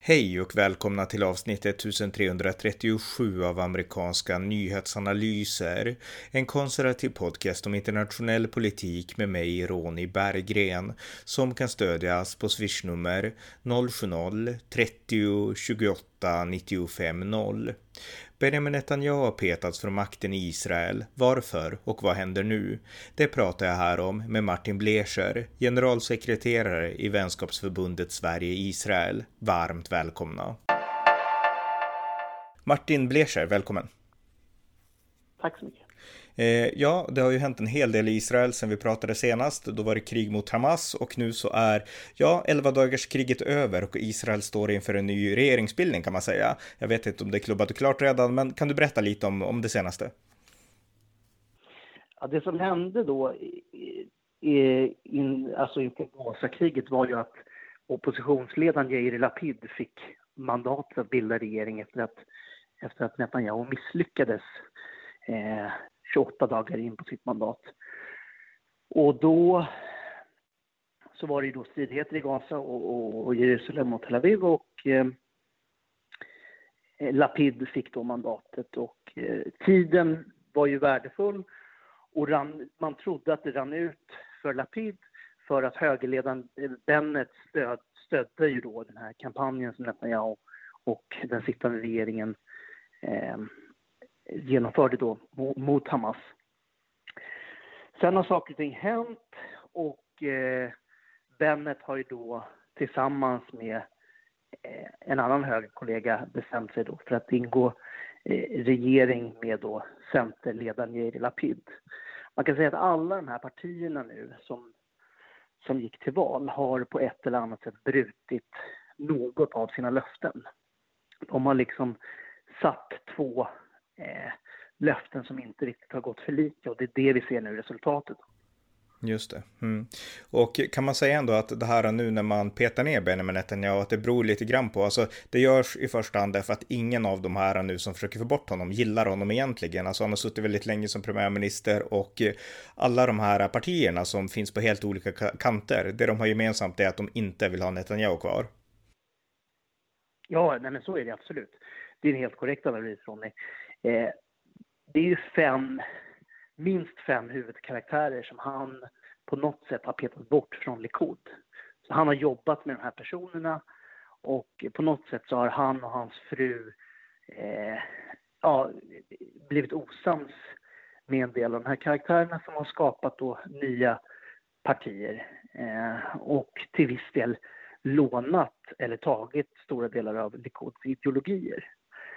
Hej och välkomna till avsnitt 1337 av amerikanska nyhetsanalyser. En konservativ podcast om internationell politik med mig, Ronny Berggren, som kan stödjas på swishnummer 070-30 28 95 0. Benjamin Netanyahu har petats från makten i Israel. Varför och vad händer nu? Det pratar jag här om med Martin Blecher, generalsekreterare i vänskapsförbundet Sverige-Israel. Varmt välkomna. Martin Blecher, välkommen. Tack så mycket. Ja, det har ju hänt en hel del i Israel sedan vi pratade senast. Då var det krig mot Hamas och nu så är 11-dagarskriget över och Israel står inför en ny regeringsbildning kan man säga. Jag vet inte om det är klubbat och klart redan, men kan du berätta lite om det senaste? Ja, det som hände då inför Gaza-kriget var ju att oppositionsledaren Yair Lapid fick mandat att bilda regering efter att Netanyahu misslyckades 28 dagar in på sitt mandat. Och då så var det ju då stridigheter i Gaza och Jerusalem och Tel Aviv och Lapid fick då mandatet och tiden var ju värdefull och man trodde att det rann ut för Lapid för att högerledaren Bennett stödde ju då den här kampanjen som Netanyahu och den sittande regeringen genomförde då mot Hamas. Sen har saker och ting hänt och Bennett har ju då tillsammans med en annan högerkollega bestämt sig då för att ingå regering med då centerledaren Yair Lapid. Man kan säga att alla de här partierna nu som gick till val har på ett eller annat sätt brutit något av sina löften. De har liksom satt två löften som inte riktigt har gått för lika och det är det vi ser nu resultatet. Just det. Och kan man säga ändå att det här nu när man petar ner Benjamin Netanyahu att det beror lite grann på, alltså det görs i första hand därför att ingen av de här nu som försöker få bort honom gillar honom egentligen. Alltså han har suttit väldigt länge som premiärminister och alla de här partierna som finns på helt olika kanter, det de har gemensamt är att de inte vill ha Netanyahu kvar. Ja, nej, men så är det absolut. Det är en helt korrekt analys från mig. Det är ju minst fem huvudkaraktärer som han på något sätt har petat bort från Likud. Så han har jobbat med de här personerna och på något sätt så har han och hans fru blivit osams med en del av de här karaktärerna som har skapat då nya partier och till viss del lånat eller tagit stora delar av Likuds ideologier.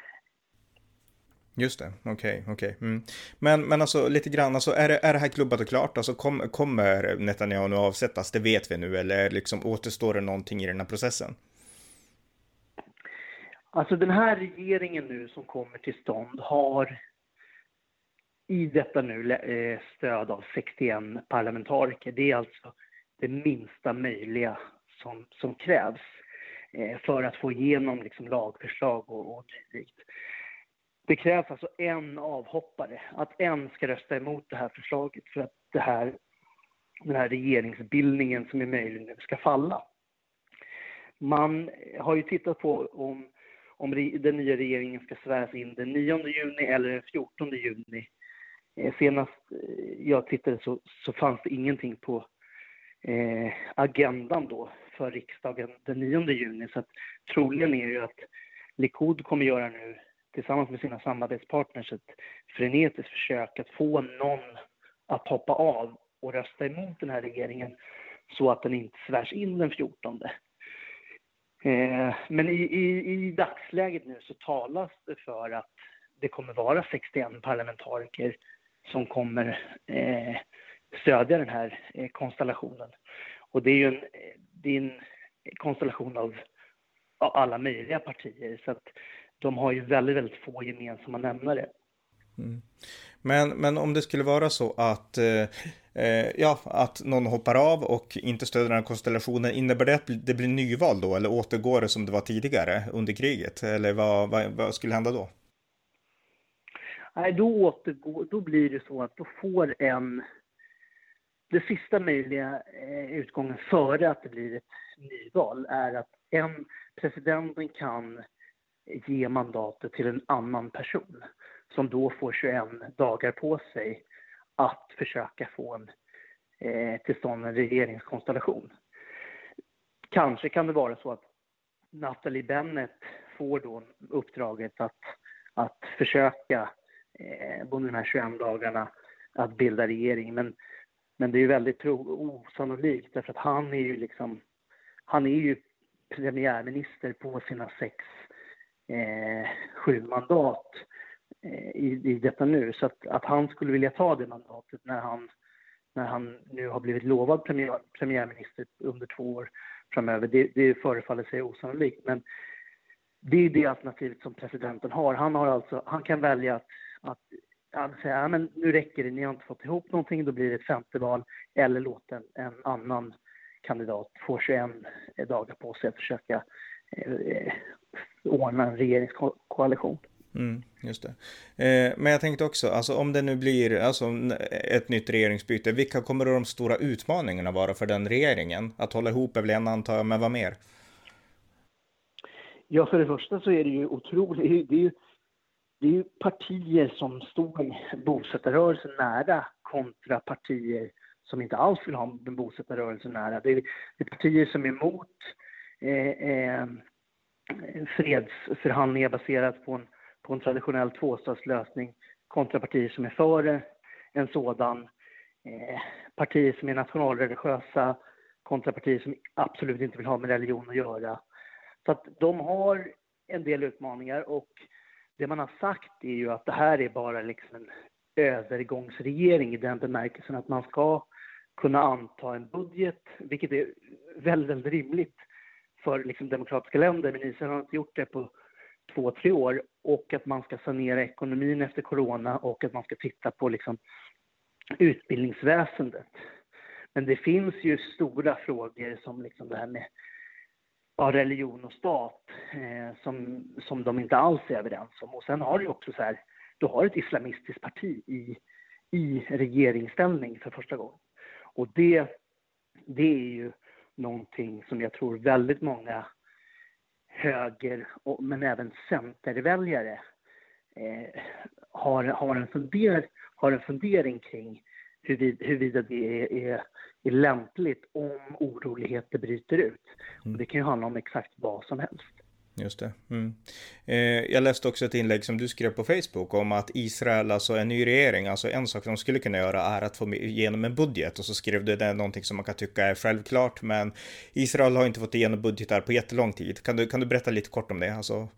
Just det, okej. Men alltså lite grann, alltså, är det här klubbat och klart? Alltså kommer Netanyahu nu avsättas? Det vet vi nu, eller liksom återstår det någonting i den här processen? Alltså den här regeringen nu som kommer till stånd har i detta nu stöd av 61 parlamentariker. Det är alltså det minsta möjliga som krävs för att få igenom liksom lagförslag och dylikt. Det krävs alltså en avhoppare, att en ska rösta emot det här förslaget för att den här regeringsbildningen som är möjlig nu ska falla. Man har ju tittat på om den nya regeringen ska sväras in den 9 juni eller den 14 juni. Senast jag tittade så fanns det ingenting på agendan då för riksdagen den 9 juni. Så att troligen är det ju att Likud kommer göra nu tillsammans med sina samarbetspartners ett frenetiskt försök att få någon att hoppa av och rösta emot den här regeringen så att den inte svärs in den 14. Men i dagsläget nu så talas det för att det kommer vara 61 parlamentariker som kommer stödja den här konstellationen. Och det är ju en konstellation av alla möjliga partier så att de har ju väldigt, väldigt få gemensamma nämnare. Men om det skulle vara så att att någon hoppar av och inte stöder den här konstellationen, innebär det att det blir nyval då eller återgår det som det var tidigare under kriget? Eller vad skulle hända då? Nej, då blir det så att då får det sista möjliga utgången före att det blir ett nyval är att presidenten kan ge mandatet till en annan person som då får 21 dagar på sig att försöka få till stånd en regeringskonstellation. Kanske kan det vara så att Nathalie Bennett får då uppdraget att försöka under de här 21 dagarna att bilda regering. Men det är ju väldigt osannolikt därför att han är ju premiärminister på sina 7 mandat i detta nu. Så att han skulle vilja ta det mandatet när han nu har blivit lovad premiärminister under 2 år framöver. Det förefaller sig osannolikt. Men det är det alternativet som presidenten har. Han kan välja att säga men nu räcker det, ni har inte fått ihop någonting, då blir det ett 5:e val, eller låta en annan kandidat få 21 dagar på sig att försöka ordna en regeringskoalition. Just det. Men jag tänkte också, alltså om det nu blir ett nytt regeringsbyte, vilka kommer då de stora utmaningarna vara för den regeringen? Att hålla ihop är väl en, antar jag, men vad mer? Ja, för det första så är det ju otroligt, det är ju partier som står bosättarrörelsen nära kontra partier som inte alls vill ha den bosättarrörelsen nära. Det är partier som är emot fredsförhandlingar baserat på en traditionell tvåstatslösning kontra partier som är för en sådan. Partier som är nationalreligiösa kontra partier som absolut inte vill ha med religion att göra. Så att de har en del utmaningar, och det man har sagt är ju att det här är bara liksom en övergångsregering i den bemärkelsen att man ska kunna anta en budget, vilket är väldigt, väldigt rimligt för liksom demokratiska länder, men Israel har inte gjort det på 2-3 år, och att man ska sanera ekonomin efter corona och att man ska titta på liksom utbildningsväsendet. Men det finns ju stora frågor som liksom det här med religion och stat som de inte alls är överens om. Och sen har du också så här, du har ett islamistiskt parti i regeringsställning för första gången. Och det är ju någonting som jag tror väldigt många höger men även centerväljare har en fundering kring huruvida det är lämpligt om oroligheter bryter ut. Och det kan ju handla om exakt vad som helst. Just det. Jag läste också ett inlägg som du skrev på Facebook om att Israel, alltså en ny regering, alltså en sak de skulle kunna göra är att få igenom en budget, och så skrev du det någonting som man kan tycka är självklart, men Israel har inte fått igenom budgetar på jättelång tid. Kan du berätta lite kort om det? Alltså,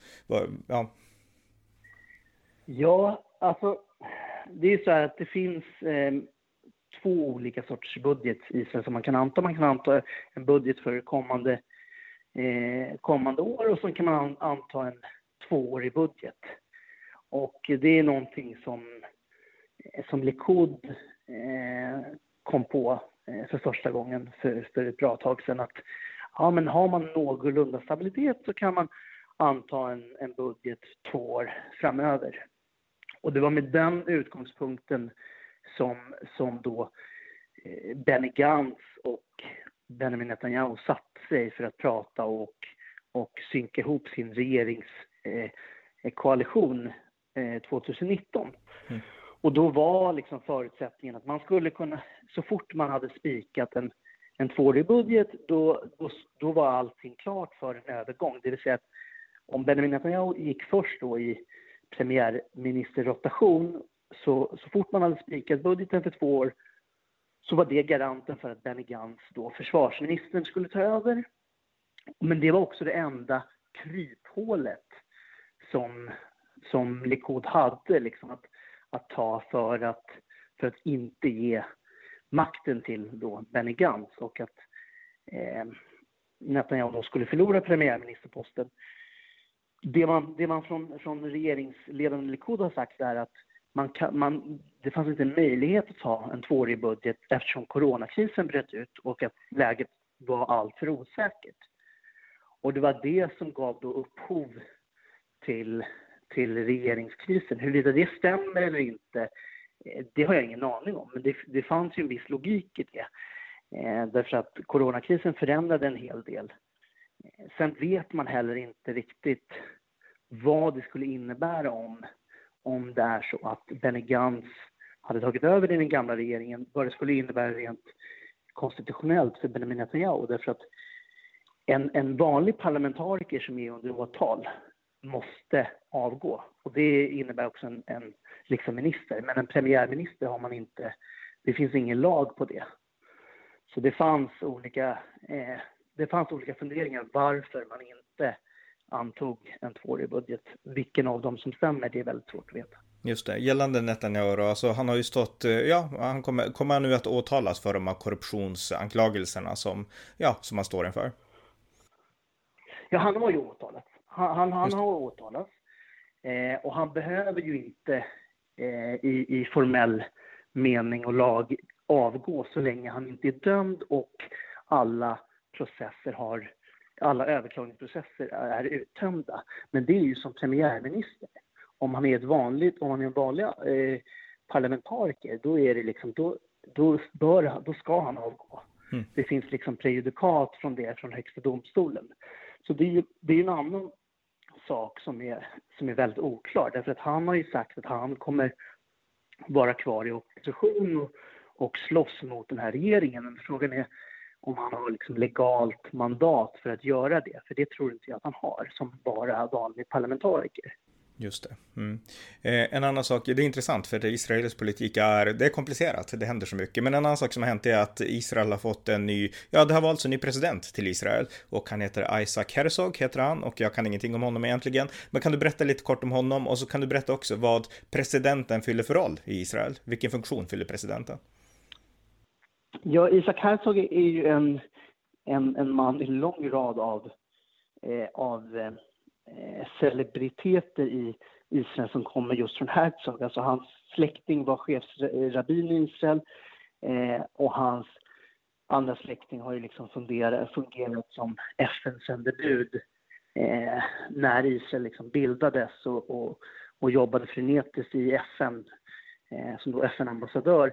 Ja, alltså det är så här att det finns 2 olika sorters budget i Israel som man kan anta. Man kan anta en budget för kommande år, och så kan man anta en 2-årig budget. Och det är någonting som Likud kom på för första gången för ett bra tag sedan, att men har man någorlunda stabilitet så kan man anta en budget 2 år framöver. Och det var med den utgångspunkten som då Benny Gantz och Benjamin Netanyahu satt sig för att prata och synka ihop sin regeringskoalition 2019. Och då var liksom förutsättningen att man skulle kunna, så fort man hade spikat en 2-årig budget, då var allting klart för en övergång. Det vill säga att om Benjamin Netanyahu gick först då i premiärministerrotation, så fort man hade spikat budgeten för 2 år, så var det garanten för att Benny Gantz, då försvarsministern, skulle ta över. Men det var också det enda kryphålet som Likud hade liksom att ta för att inte ge makten till då Benny Gantz, och att Netanyahu då skulle förlora premiärministerposten. Det man från regeringsledande Likud har sagt är att det fanns inte en möjlighet att ta en 2-årig budget eftersom coronakrisen bröt ut och att läget var allt för osäkert. Och det var det som gav då upphov till regeringskrisen. Huruvida det stämmer eller inte, det har jag ingen aning om. Men det fanns ju en viss logik i det. Därför att coronakrisen förändrade en hel del Sen vet man heller inte riktigt vad det skulle innebära om det är så att Benny Gantz hade tagit över i den gamla regeringen, vad det skulle innebära rent konstitutionellt för Benjamin Netanyahu. Därför att en vanlig parlamentariker som är under åtal måste avgå. Och det innebär också en liksom minister. Men en premiärminister har man inte, det finns ingen lag på det. Så det fanns olika funderingar varför man inte antog en 2-årig budget. Vilken av dem som stämmer, det är väldigt svårt att veta. Just det, gällande Netanyahu då, alltså han har ju stått, han kommer nu att åtalas för de här korruptionsanklagelserna som han står inför. Ja, han har ju åtalats. Han har åtalats. Och han behöver ju inte i formell mening och lag avgå så länge han inte är dömd och alla överklagningsprocesser är uttömda. Men det är ju som premiärminister. Om han är en vanlig parlamentariker, då är det liksom, då ska han avgå. Mm. Det finns liksom prejudikat från högsta domstolen. Så det är en annan sak som är väldigt oklar. Därför att han har ju sagt att han kommer vara kvar i opposition och slåss mot den här regeringen. Men frågan är om han har liksom legalt mandat för att göra det. För det tror inte jag att han har som bara vanlig parlamentariker. Just det. Mm. En annan sak, det är intressant för Israels politik det är komplicerat, det händer så mycket. Men en annan sak som har hänt är att Israel har fått det har valts en ny president till Israel. Och han heter Isaac Herzog, och jag kan ingenting om honom egentligen. Men kan du berätta lite kort om honom och så kan du berätta också vad presidenten fyller för roll i Israel? Vilken funktion fyller presidenten? Ja, Isaac Herzog är ju en man i en lång rad av celebriteter i Israel som kommer just från Herzog. Alltså hans släkting var chefsrabbin i Israel och hans andra släkting har ju liksom fungerat som FN-sändebud när Israel liksom bildades och jobbade frenetiskt i FN som då FN-ambassadör.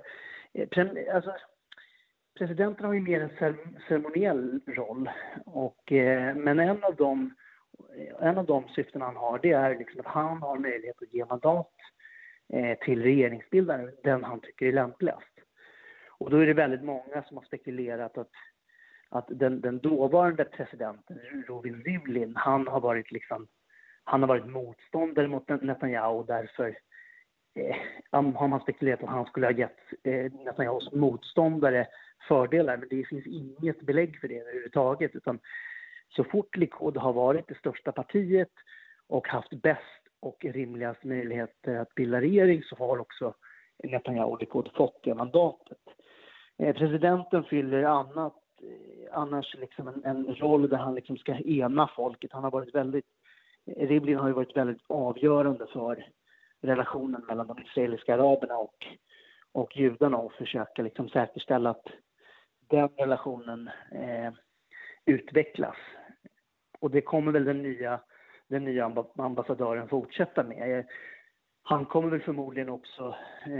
Presidenten har ju mer en ceremoniell roll men en av de syften han har, det är liksom att han har möjlighet att ge mandat till regeringsbildaren, den han tycker är lämpligast. Och då är det väldigt många som har spekulerat att den dåvarande presidenten, Reuven Rivlin, han har varit motståndare mot Netanyahu, därför har man spekulerat att han skulle ha gett Netanyahus motståndare fördelar, men det finns inget belägg för det överhuvudtaget, utan så fort Likud har varit det största partiet och haft bäst och rimligast möjligheter att bilda regering, så har också Netanyahu och Likud fått det mandatet. Presidenten fyller annars liksom en roll där han liksom ska ena folket. Rivlin har ju varit väldigt avgörande för relationen mellan de israeliska araberna och judarna och försöka liksom säkerställa att den relationen utvecklas. Och det kommer väl den nya ambassadören fortsätta med. Han kommer väl förmodligen också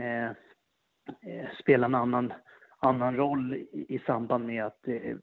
spela en annan roll i samband med att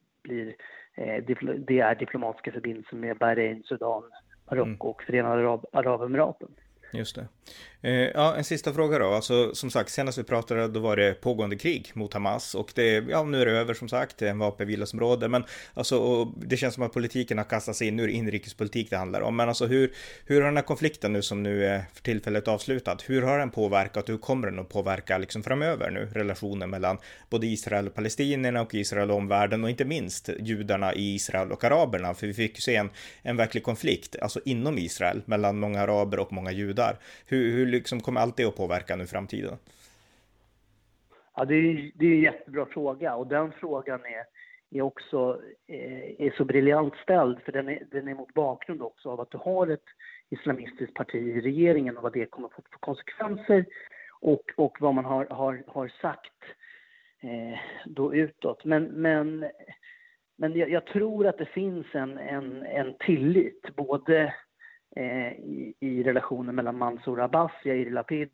det är diplomatiska förbindelser med Bahrain, Sudan, Marocko och Förenade Arabemiraten. Just det. En sista fråga då. Alltså, som sagt, senast vi pratade då var det pågående krig mot Hamas och nu är det över som sagt, det är en vapenvilasområde, men alltså, det känns som att politiken har kastat sig in, nu är det inrikespolitik det handlar om, men alltså hur har den här konflikten nu som nu är för tillfället avslutad, hur har den påverkat och hur kommer den att påverka liksom framöver nu, relationen mellan både Israel och palestinierna och Israel och omvärlden och inte minst judarna i Israel och araberna, för vi fick ju se en verklig konflikt, alltså inom Israel, mellan många araber och många judar. Hur liksom kommer allt det att påverka nu framtiden? Ja, det är en jättebra fråga, och den frågan är också så briljant ställd, för den är mot bakgrund också av att du har ett islamistiskt parti i regeringen och vad det kommer att få för konsekvenser och vad man har sagt då utåt. Men jag tror att det finns en tillit både i relationen mellan Mansour Abbas, Yair Lapid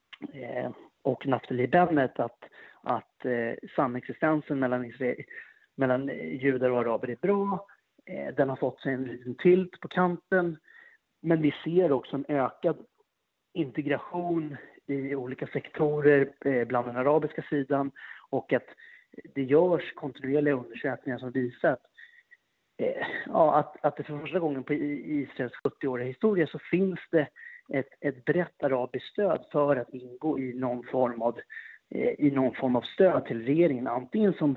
och Naftali Bennett att samexistensen mellan judar och araber är bra. Den har fått sig en liten tilt på kanten. Men vi ser också en ökad integration i olika sektorer bland den arabiska sidan. Och att det görs kontinuerliga undersökningar som visar att det för första gången på Israels 70-åriga historia så finns det ett brett arabiskt stöd för att ingå i någon form av stöd till regeringen. Antingen som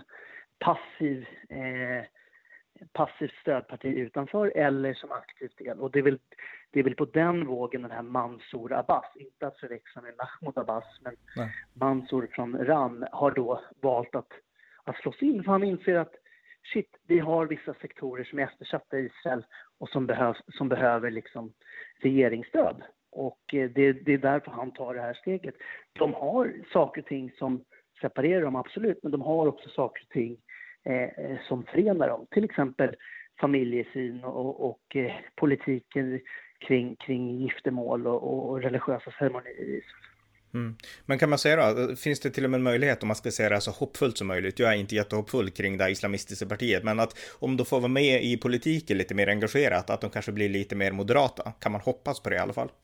passivt stödparti utanför eller som aktivt del. Och det är väl på den vågen den här Mansour Abbas, inte att förväxla med Mahmoud Abbas, men nej. Mansour från Ram har då valt att slås in, för han inser att vi har vissa sektorer som är eftersatta i Israel och som behöver liksom regeringsstöd. Och det är därför han tar det här steget. De har saker och ting som separerar dem, absolut, men de har också saker och ting som förenar dem. Till exempel familjesyn och politiken kring giftermål och religiösa ceremonier. Men kan man säga då, finns det till och med en möjlighet, om man ska säga det så hoppfullt som möjligt, jag är inte jättehoppfull kring det islamistiska partiet, men att om de får vara med i politiken lite mer engagerat, att de kanske blir lite mer moderata, kan man hoppas på det i alla fall?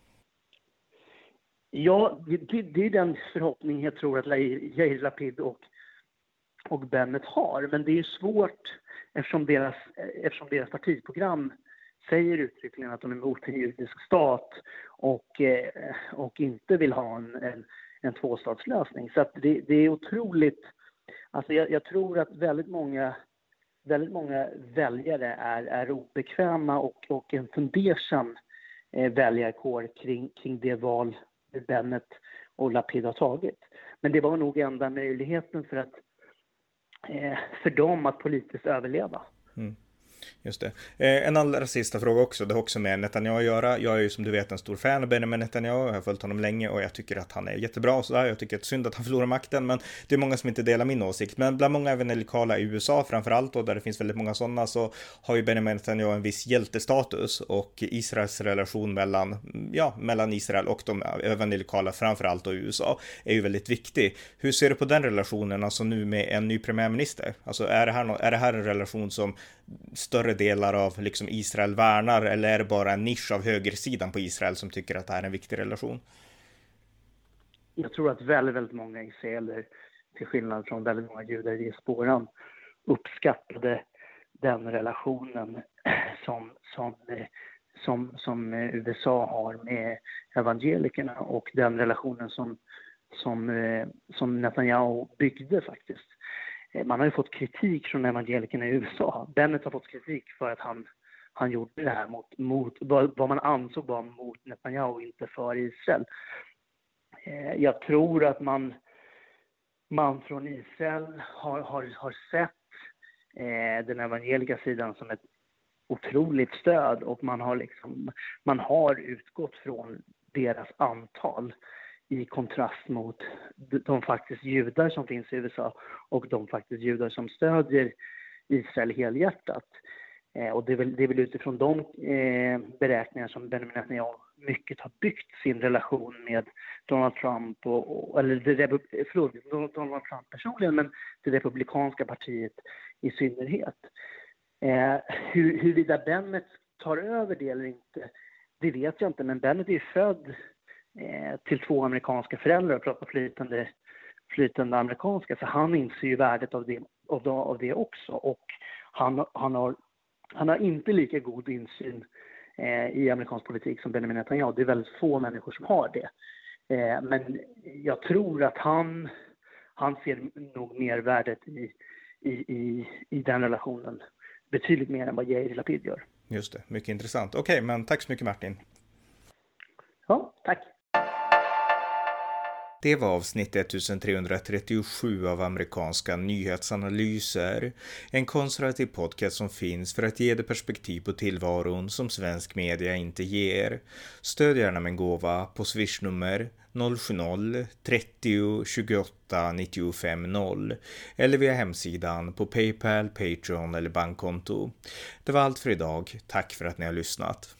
Ja, det är den förhoppning jag tror att Yair Lapid och Bennett har, men det är svårt eftersom deras partiprogram säger uttryckligen att de är emot en judisk stat och inte vill ha en tvåstatslösning. Så att det är otroligt, alltså jag tror att väldigt många väljare är obekväma och en fundersam väljarkår kring det val Bennett och Lapid har tagit. Men det var nog enda möjligheten för dem att politiskt överleva. Just det. En allra sista fråga också, det har också med Netanyahu att göra. Jag är ju som du vet en stor fan av Benjamin Netanyahu, jag har följt honom länge och jag tycker att han är jättebra och sådär. Jag tycker att det är synd att han förlorar makten, men det är många som inte delar min åsikt. Men bland många evangelikala i USA framförallt, och där det finns väldigt många sådana, så har ju Benjamin Netanyahu en viss hjältestatus, och Israels relation mellan Israel och de evangelikala framförallt och USA är ju väldigt viktig. Hur ser du på den relationen, alltså nu med en ny premiärminister? Alltså är det här en relation som större delar av liksom Israel värnar, eller är det bara en nisch av högersidan på Israel som tycker att det här är en viktig relation? Jag tror att väldigt, väldigt många israeler, till skillnad från väldigt många judar i diasporan, uppskattade den relationen som USA har med evangelikerna, och den relationen som Netanyahu byggde faktiskt. Man har ju fått kritik från evangelikerna i USA. Bennett har fått kritik för att han gjorde det här mot vad man ansåg var mot Netanyahu, inte för Israel. Jag tror att man från Israel har sett den evangeliska sidan som ett otroligt stöd, och man har utgått från deras antal i kontrast mot de faktiskt judar som finns i USA och de faktiskt judar som stödjer Israel helhjärtat. Och det är väl utifrån de beräkningar som Benjamin Netanyahu mycket har byggt sin relation med Donald Trump Donald Trump personligen, men det republikanska partiet i synnerhet. Huruvida Bennett tar över det eller inte, det vet jag inte, men Bennett är född till 2 amerikanska föräldrar och pratar flytande amerikanska, så han inser ju värdet av det också, och han har inte lika god insyn i amerikansk politik som Benjamin Netanyahu. Det är väldigt få människor som har det, men jag tror att han ser nog mer värdet i den relationen, betydligt mer än vad Yair Lapid gör. Just det, mycket intressant. Okej, men tack så mycket Martin. Ja, tack. Det var avsnitt 1337 av amerikanska nyhetsanalyser. En konservativ podcast som finns för att ge det perspektiv på tillvaron som svensk media inte ger. Stöd gärna med en gåva på Swish-nummer 070-30 28 95 0 eller via hemsidan på PayPal, Patreon eller bankkonto. Det var allt för idag. Tack för att ni har lyssnat.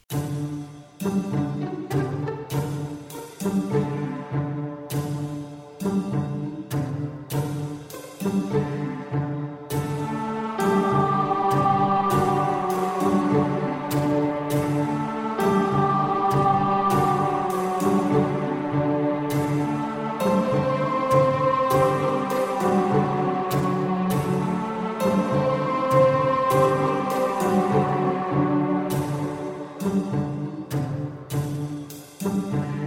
Hej!